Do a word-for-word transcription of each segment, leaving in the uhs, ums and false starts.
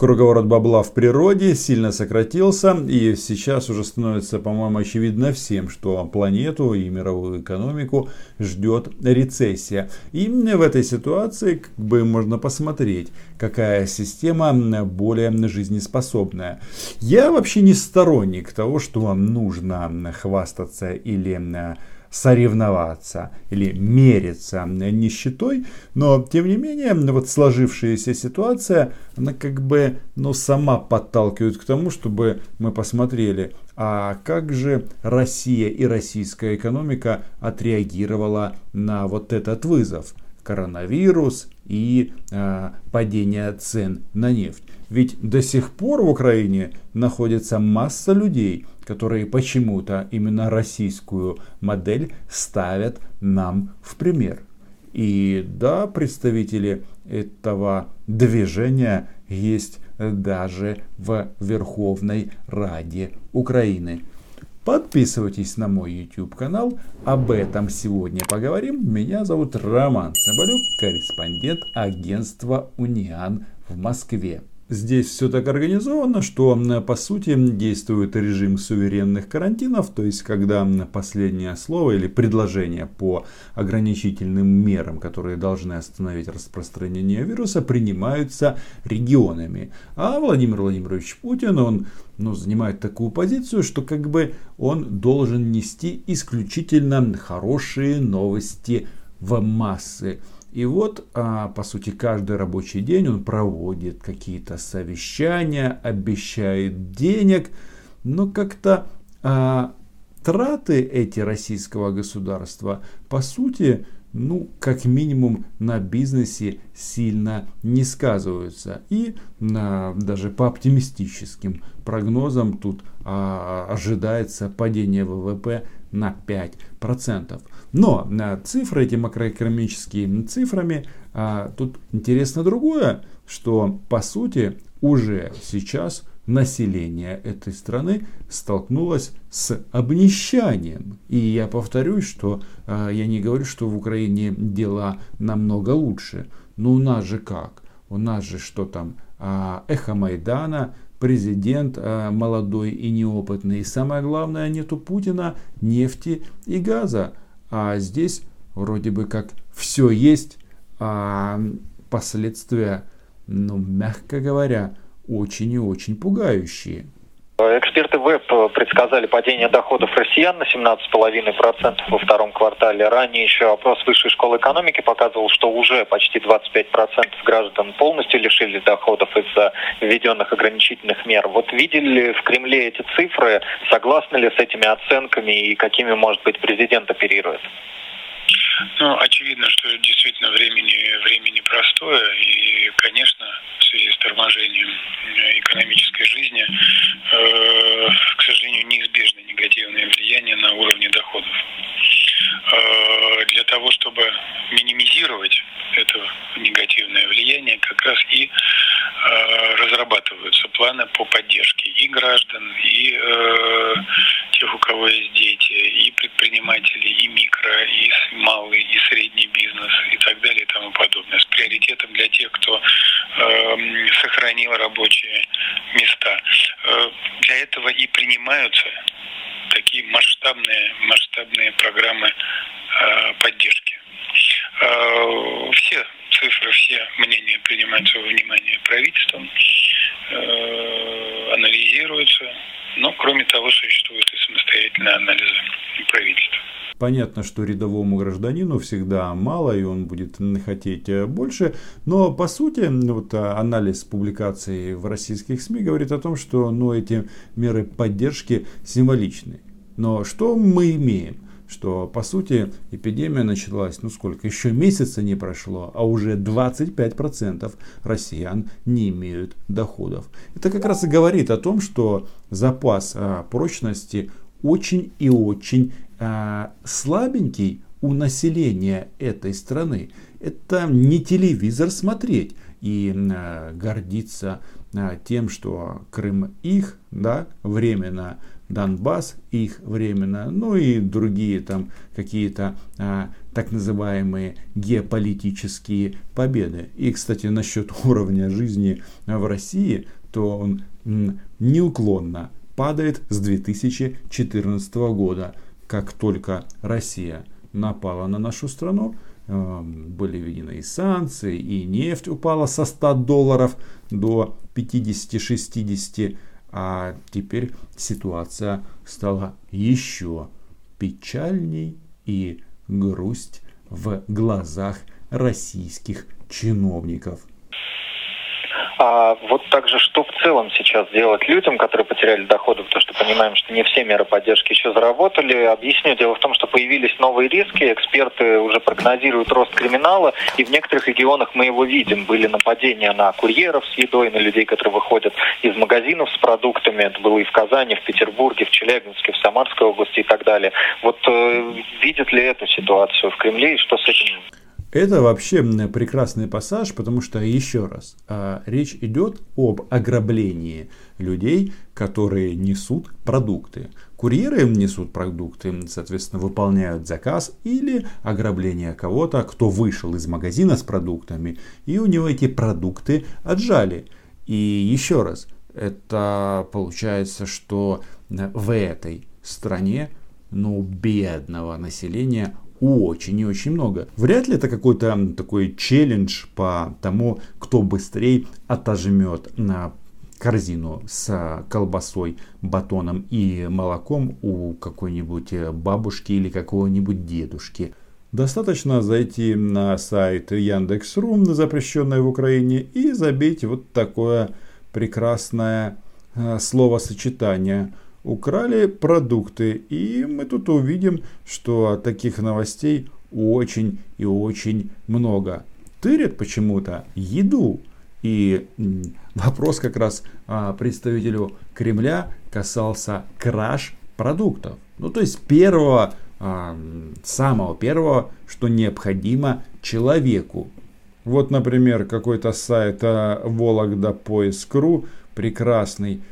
Круговорот бабла в природе сильно сократился, и сейчас уже становится, по-моему, очевидно всем, что планету и мировую экономику ждет рецессия. И именно в этой ситуации как бы можно посмотреть, какая система более жизнеспособная. Я вообще не сторонник того, что нужно хвастаться или соревноваться или мериться нищетой, но тем не менее вот сложившаяся ситуация, она как бы ну, сама подталкивает к тому, чтобы мы посмотрели, а как же Россия и российская экономика отреагировала на вот этот вызов. Коронавирус и э, падение цен на нефть. Ведь до сих пор в Украине находится масса людей, которые почему-то именно российскую модель ставят нам в пример. И да, представители этого движения есть даже в Верховной Раде Украины. Подписывайтесь на мой YouTube канал. Об этом сегодня поговорим. Меня зовут Роман Соболюк, корреспондент агентства Униан в Москве. Здесь все так организовано, что по сути действует режим суверенных карантинов, то есть когда последнее слово или предложение по ограничительным мерам, которые должны остановить распространение вируса, принимаются регионами. А Владимир Владимирович Путин, он ну, занимает такую позицию, что как бы он должен нести исключительно хорошие новости в массы. И вот, а, по сути, каждый рабочий день он проводит какие-то совещания, обещает денег, но как-то а, траты эти российского государства, по сути, ну, как минимум на бизнесе сильно не сказываются. И на, даже по оптимистическим прогнозам тут а, ожидается падение ВВП на пять процентов. Но а, цифры, эти макроэкономические цифрами, а, тут интересно другое, что по сути уже сейчас население этой страны столкнулось с обнищанием. И я повторюсь, что э, я не говорю, что в Украине дела намного лучше. Но у нас же как? У нас же что там? Э, эхо Майдана, президент э, молодой и неопытный. И самое главное, нету Путина, нефти и газа. А здесь вроде бы как все есть. А последствия, ну, мягко говоря, очень и очень пугающие. Эксперты ВЭБ предсказали падение доходов россиян на семнадцать целых пять десятых процента во втором квартале. Ранее еще опрос Высшей школы экономики показывал, что уже почти двадцать пять процентов граждан полностью лишились доходов из-за введенных ограничительных мер. Вот видели ли в Кремле эти цифры? Согласны ли с этими оценками и какими, может быть, президент оперирует? Ну, очевидно, что действительно времени, время непростое, и, конечно, в связи с торможением экономической жизни, э, к сожалению, неизбежно негативное влияние на уровни доходов. Э, для того, чтобы минимизировать это негативное влияние, как раз и э, разрабатываются планы по поддержке и граждан, и э, тех, у кого есть дети, и предпринимателей, и микро, и малый, и средний бизнес, и так далее, и тому подобное. С приоритетом для тех, кто э, сохранил рабочие места. Э, для этого и принимаются такие масштабные, масштабные программы э, поддержки. Э, все цифры, все мнения принимаются во внимание правительством, э, анализируются, но кроме того существуют и самостоятельные анализы правительства. Понятно, что рядовому гражданину всегда мало, и он будет хотеть больше. Но по сути, вот анализ публикаций в российских СМИ говорит о том, что ну, эти меры поддержки символичны. Но что мы имеем? Что по сути эпидемия началась, ну сколько, еще месяца не прошло, а уже двадцать пять процентов россиян не имеют доходов. Это как раз и говорит о том, что запас а, прочности очень и очень а, слабенький у населения этой страны. Это не телевизор смотреть и а, гордиться а, тем, что Крым их, да, временно Донбасс их временно, ну и другие там какие-то а, так называемые геополитические победы. И, кстати, насчет уровня жизни в России, то он м, неуклонно падает с две тысячи четырнадцатого года. Как только Россия напала на нашу страну, э, были введены и санкции, и нефть упала со ста долларов до пятидесяти-шестидесяти, а теперь ситуация стала еще печальней, и грусть в глазах российских чиновников. А вот также, что в целом сейчас делать людям, которые потеряли доходы, потому что понимаем, что не все меры поддержки еще заработали. Объясню. Дело в том, что появились новые риски, эксперты уже прогнозируют рост криминала, и в некоторых регионах мы его видим. Были нападения на курьеров с едой, на людей, которые выходят из магазинов с продуктами. Это было и в Казани, в Петербурге, в Челябинске, в Самарской области и так далее. Вот э, видят ли эту ситуацию в Кремле и что с этим? Это вообще прекрасный пассаж, потому что, еще раз, речь идет об ограблении людей, которые несут продукты. Курьеры несут продукты, соответственно, выполняют заказ, или ограбление кого-то, кто вышел из магазина с продуктами, и у него эти продукты отжали. И еще раз, это получается, что в этой стране, ну, бедного населения очень и очень много. Вряд ли это какой-то такой челлендж по тому, кто быстрее отожмет на корзину с колбасой, батоном и молоком у какой-нибудь бабушки или какого-нибудь дедушки. Достаточно зайти на сайт Яндекс.ру, запрещенное в Украине, и забить вот такое прекрасное словосочетание. Украли продукты, и мы тут увидим, что таких новостей очень и очень много. Тырят почему-то еду. И вопрос как раз представителю Кремля касался краж продуктов. Ну, то есть первого, самого первого, что необходимо человеку. Вот, например, какой-то сайт Вологда поиск точка ру, прекрасный,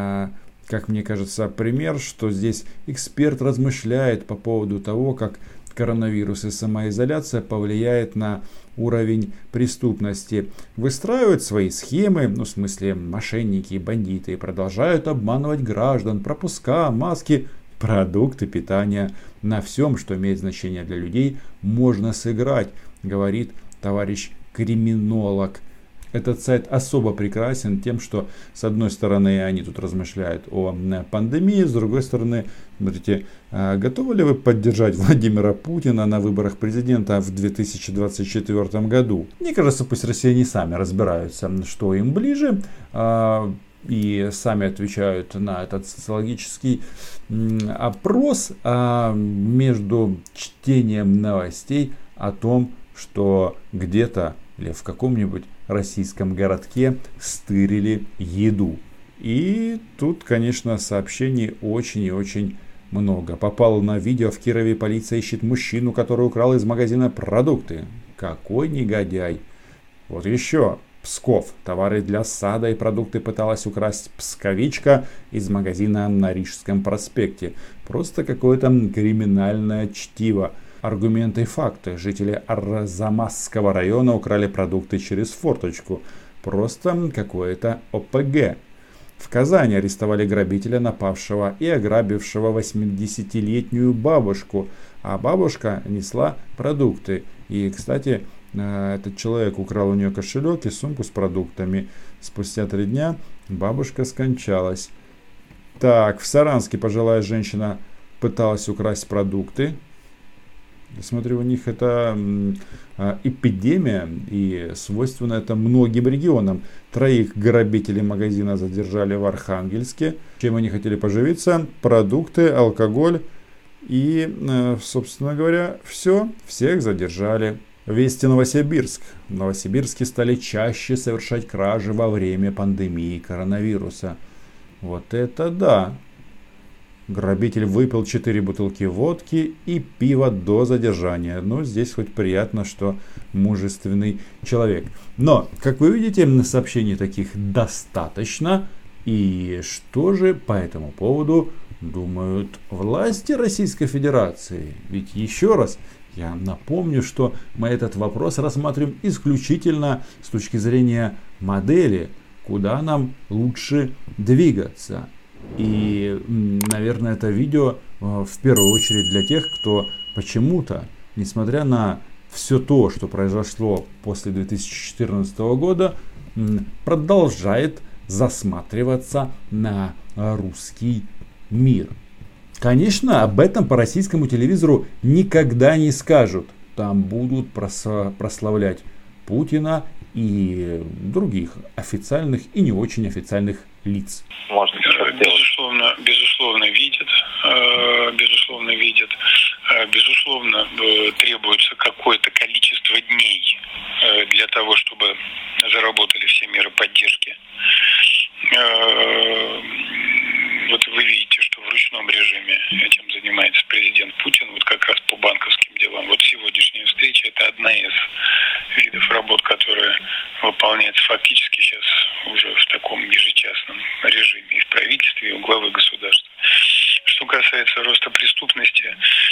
как мне кажется, пример, что здесь эксперт размышляет по поводу того, как коронавирус и самоизоляция повлияет на уровень преступности. Выстраивают свои схемы, ну, в смысле, мошенники и бандиты, продолжают обманывать граждан, пропуска, маски, продукты питания. На всем, что имеет значение для людей, можно сыграть, говорит товарищ криминолог. Этот сайт особо прекрасен тем, что с одной стороны они тут размышляют о пандемии, с другой стороны, смотрите, готовы ли вы поддержать Владимира Путина на выборах президента в две тысячи двадцать четвёртом году? Мне кажется, пусть россияне сами разбираются, что им ближе, и сами отвечают на этот социологический опрос между чтением новостей о том, что где-то или в каком-нибудь российском городке стырили еду. И тут, конечно, сообщений очень и очень много. Попало на видео: в Кирове полиция ищет мужчину, который украл из магазина продукты. Какой негодяй. Вот еще. Псков. Товары для сада и продукты пыталась украсть псковичка из магазина на Рижском проспекте. Просто какое-то криминальное чтиво. Аргументы и факты. Жители Арзамасского района украли продукты через форточку. Просто какое-то о пэ гэ. В Казани арестовали грабителя, напавшего и ограбившего восьмидесятилетнюю бабушку. А бабушка несла продукты. И, кстати, этот человек украл у нее кошелек и сумку с продуктами. Спустя три дня бабушка скончалась. Так, в Саранске пожилая женщина пыталась украсть продукты. Смотрю, у них это эпидемия, и свойственно это многим регионам. Троих грабителей магазина задержали в Архангельске. Чем они хотели поживиться? Продукты, алкоголь и, собственно говоря, все. Всех задержали. Вести Новосибирск. В Новосибирске стали чаще совершать кражи во время пандемии коронавируса. Вот это да! Грабитель выпил четыре бутылки водки и пива до задержания. Но здесь хоть приятно, что мужественный человек. Но, как вы видите, сообщений таких достаточно. И что же по этому поводу думают власти Российской Федерации? Ведь еще раз, я напомню, что мы этот вопрос рассматриваем исключительно с точки зрения модели, куда нам лучше двигаться. И, наверное, это видео в первую очередь для тех, кто почему-то, несмотря на все то, что произошло после две тысячи четырнадцатого года, продолжает засматриваться на русский мир. Конечно, об этом по российскому телевизору никогда не скажут. Там будут прославлять Путина и других официальных и не очень официальных лиц. Можно безусловно, безусловно видят, безусловно видят, безусловно требуется какое-то количество дней для того, чтобы заработали все меры поддержки. Вот вы видите, что в ручном режиме этим занимается президент Путин, вот как раз по банковским делам. Вот сегодняшняя встреча – это одна из видов работ, которая выполняется фактически сейчас уже в таком ежечасном режиме и в правительстве, и у главы государства. Что касается роста преступности,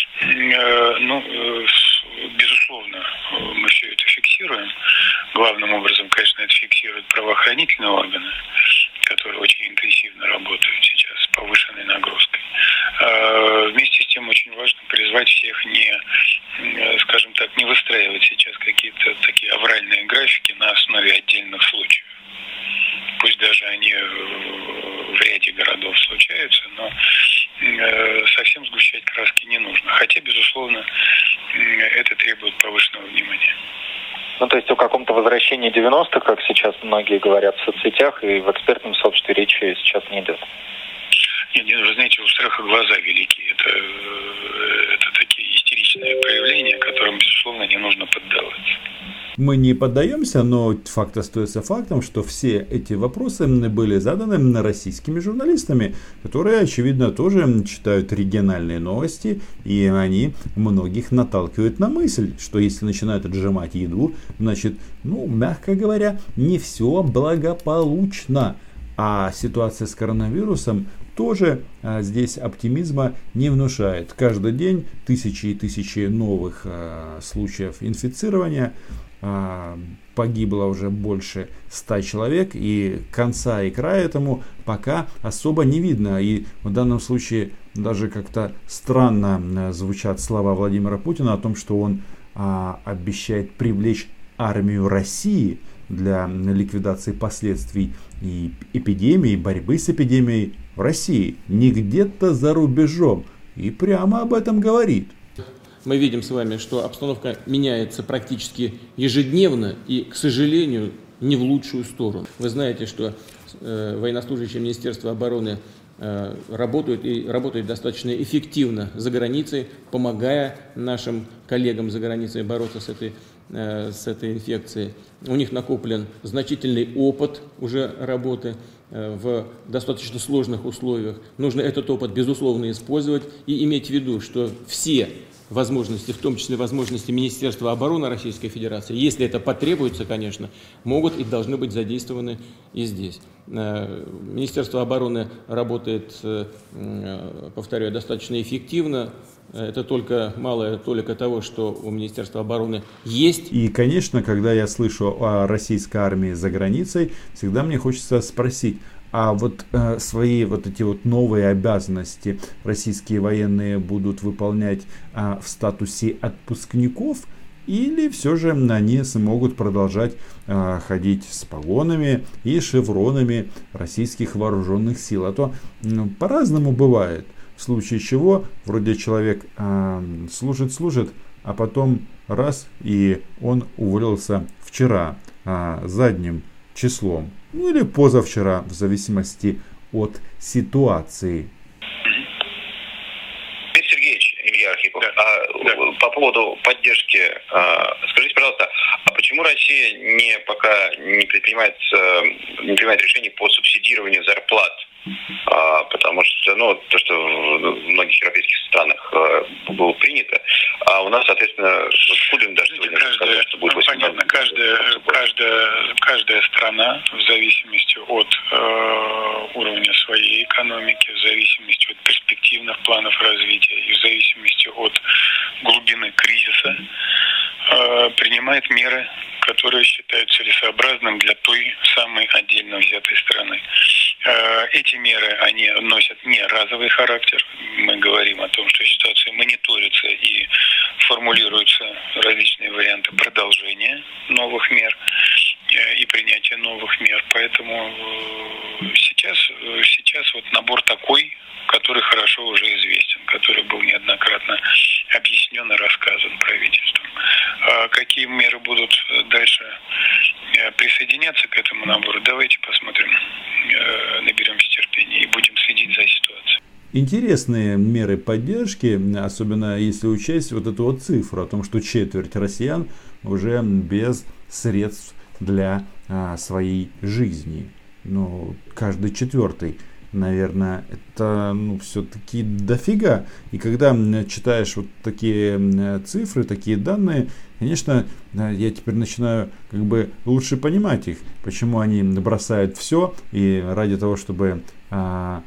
ну, безусловно, мы все это фиксируем. Главным образом, конечно, это фиксируют правоохранительные органы, которые очень интенсивно работают сейчас с повышенной нагрузкой. Вместе с тем очень важно призвать всех не, скажем так, не выстраивать сейчас какие-то такие авральные графики на основе отдельных случаев. Пусть даже они в ряде городов случаются, но совсем сгущать краски не нужно. Хотя, безусловно, это требует повышенного внимания. Ну, то есть о каком-то возвращении девяностых, как сейчас многие говорят в соцсетях и в экспертном сообществе, речи сейчас не идет. Нет, нет, вы знаете, у страха глаза велики. Это, это такие истеричные проявления, которым, безусловно, не нужно поддаваться. Мы не поддаемся, но факт остается фактом, что все эти вопросы были заданы российскими журналистами, которые, очевидно, тоже читают региональные новости, и они многих наталкивают на мысль, что если начинают отжимать еду, значит, ну, мягко говоря, не все благополучно. А ситуация с коронавирусом тоже а, здесь оптимизма не внушает. Каждый день тысячи и тысячи новых а, случаев инфицирования. Погибло уже больше ста человек, и конца и края этому пока особо не видно. И в данном случае даже как-то странно звучат слова Владимира Путина о том, что он а, обещает привлечь армию России для ликвидации последствий и эпидемии, борьбы с эпидемией в России, не где-то за рубежом, и прямо об этом говорит. Мы видим с вами, что обстановка меняется практически ежедневно и, к сожалению, не в лучшую сторону. Вы знаете, что э, военнослужащие Министерства обороны э, работают и работают достаточно эффективно за границей, помогая нашим коллегам за границей бороться с этой, э, с этой инфекцией. У них накоплен значительный опыт уже работы э, в достаточно сложных условиях. Нужно этот опыт, безусловно, использовать и иметь в виду, что все возможности, в том числе возможности Министерства обороны Российской Федерации, если это потребуется, конечно, могут и должны быть задействованы и здесь. Министерство обороны работает, повторяю, достаточно эффективно. Это только малая толика того, что у Министерства обороны есть. И, конечно, когда я слышу о российской армии за границей, всегда мне хочется спросить, а вот э, свои вот эти вот новые обязанности российские военные будут выполнять э, в статусе отпускников, или все же они смогут продолжать э, ходить с погонами и шевронами российских вооруженных сил? А то ну, по-разному бывает. В случае чего вроде человек э, служит, служит, а потом раз, и он уволился вчера э, задним числом. Ну или позавчера, в зависимости от ситуации. Виктор Сергеевич, Илья Архипов, да. а, да. по поводу поддержки, а, скажите, пожалуйста, а почему Россия не пока не предпринимает, не принимает решений по субсидированию зарплат? А, потому что, ну, то, что в многих европейских странах а, было принято, а у нас, соответственно, вот Путин даже сегодня сказал, что будет восемь. Понятно, каждая, каждая, каждая страна, в зависимости от, э, уровня своей экономики, в зависимости от перспективных планов развития и в зависимости от глубины кризиса, принимает меры, которые считают целесообразным для той самой отдельно взятой страны. Эти меры, они носят не разовый характер. Мы говорим о том, что ситуация мониторится и формулируются различные варианты продолжения новых мер и принятия новых мер. Поэтому сейчас, сейчас вот набор такой, который хорошо уже известен, который был неоднократно объяснен и рассказан правительством. А какие меры будут дальше присоединяться к этому набору, давайте посмотрим, наберемся терпения и будем следить за ситуацией. Интересные меры поддержки, особенно если учесть вот эту вот цифру о том, что четверть россиян уже без средств для а, своей жизни. Ну, каждый четвертый. Наверное, это ну, все-таки дофига. И когда читаешь вот такие цифры, такие данные, конечно, я теперь начинаю как бы лучше понимать их, почему они бросают все и ради того, чтобы а,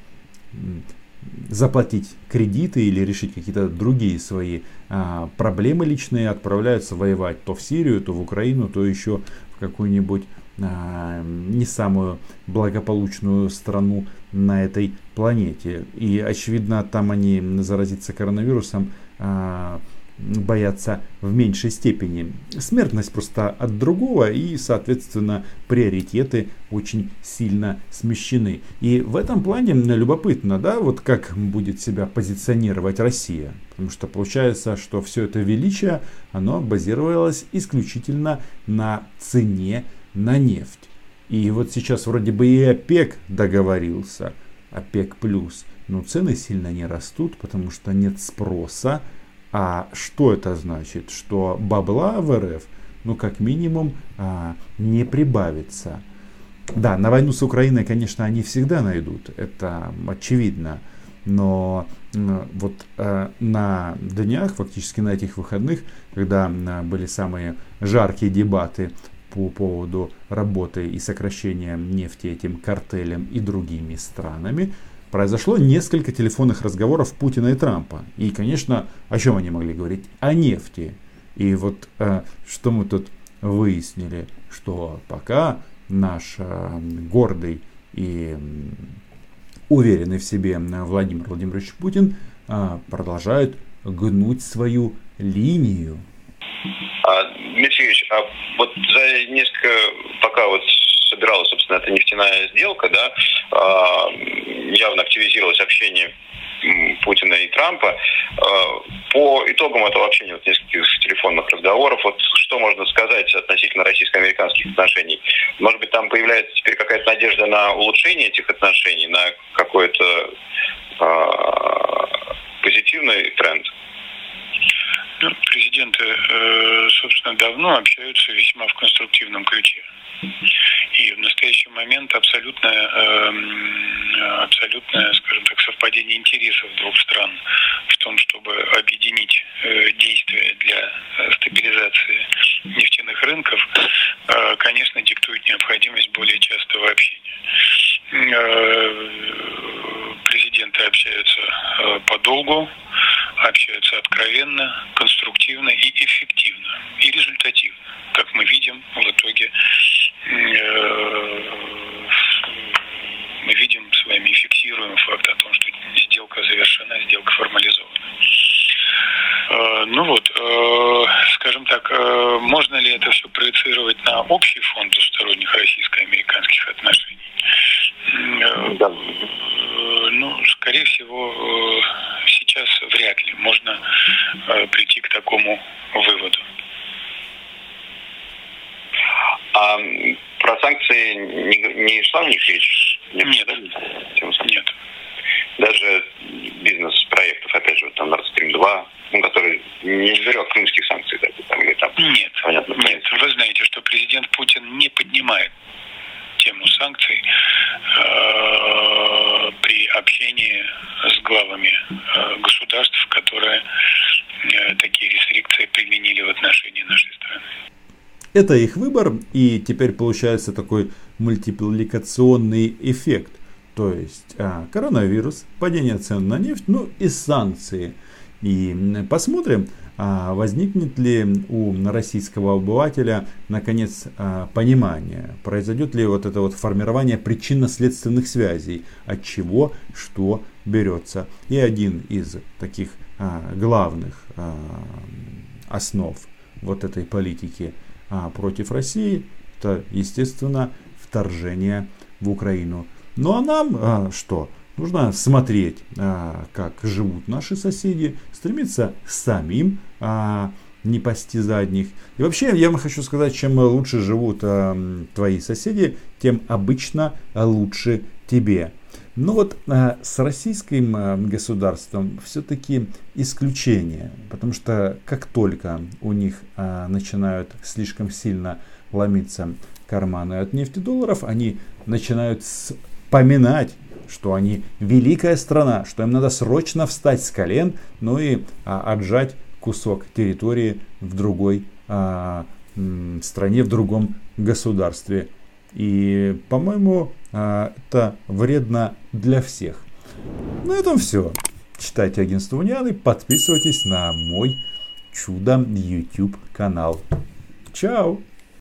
заплатить кредиты или решить какие-то другие свои а, проблемы личные, отправляются воевать то в Сирию, то в Украину, то еще в какую-нибудь не самую благополучную страну на этой планете. И очевидно, там они заразиться коронавирусом а, боятся в меньшей степени. Смертность просто от другого, и, соответственно, приоритеты очень сильно смещены. И в этом плане любопытно, да, вот как будет себя позиционировать Россия. Потому что получается, что все это величие, оно базировалось исключительно на цене на нефть. И вот сейчас вроде бы и ОПЕК договорился, ОПЕК плюс, но цены сильно не растут, потому что нет спроса. А что это значит? Что бабла в РФ, ну как минимум, а, не прибавится. Да, на войну с Украиной, конечно, они всегда найдут, это очевидно. Но вот а, на днях, фактически на этих выходных, когда а, были самые жаркие дебаты по поводу работы и сокращения нефти этим картелем и другими странами, произошло несколько телефонных разговоров Путина и Трампа. И, конечно, о чем они могли говорить? О нефти. И вот э, что мы тут выяснили, что пока наш э, гордый и э, уверенный в себе Владимир Владимирович Путин э, продолжает гнуть свою линию. Дмитрий Юрьевич, а вот за несколько, пока вот собиралась, собственно, эта нефтяная сделка, да, явно активизировалось общение Путина и Трампа. По итогам этого общения, вот нескольких телефонных разговоров, вот что можно сказать относительно российско-американских отношений? Может быть, там появляется теперь какая-то надежда на улучшение этих отношений, на какой-то позитивный тренд? Президенты, собственно, давно общаются весьма в конструктивном ключе. И в настоящий момент абсолютное, абсолютное, скажем так, совпадение интересов двух стран в том, чтобы объединить действия для стабилизации нефтяных рынков, конечно, диктует необходимость более частого общения. Президенты общаются подолгу, общаются откровенно, конструктивно и эффективно, и результативно. Как мы видим, в итоге мы видим с вами и фиксируем факт о том, что сделка завершена, сделка формализована. Ну вот, скажем так, можно ли это все проецировать на общий фон двусторонних российско-американских отношений? Да. Ну, скорее всего, сейчас вряд ли можно прийти к такому выводу. А про санкции не, не шла в них речь? Нет. Нет. Нет. Даже бизнес-проектов, опять же, вот там Nord Stream два, ну, который не берет крымских санкций, да, там, или там, нет, понятно, нет. Вы знаете, что президент Путин не поднимает тему санкций э, при общении с главами э, государств, которые э, такие рестрикции применили в отношении нашей страны. Это их выбор, и теперь получается такой мультипликационный эффект. То есть а, коронавирус, падение цен на нефть, ну и санкции. И посмотрим, а, возникнет ли у российского обывателя наконец а, понимание, произойдет ли вот это вот формирование причинно-следственных связей, от чего что берется. И один из таких а, главных а, основ вот этой политики а, против России, это, естественно, вторжение в Украину. Ну а нам а, что? Нужно смотреть, а, как живут наши соседи, стремиться самим а, не пасти задних. И вообще, я вам хочу сказать, чем лучше живут а, твои соседи, тем обычно лучше тебе. Но вот а, с российским а, государством все-таки исключение, потому что как только у них а, начинают слишком сильно ломиться карманы от нефтедолларов, они начинают вспоминать, что они великая страна, что им надо срочно встать с колен, ну и а, отжать кусок территории в другой а, м, стране, в другом государстве. И, по-моему, а, это вредно для всех. На этом все. Читайте Агентство Унианы, подписывайтесь на мой чудо YouTube канал. Чао!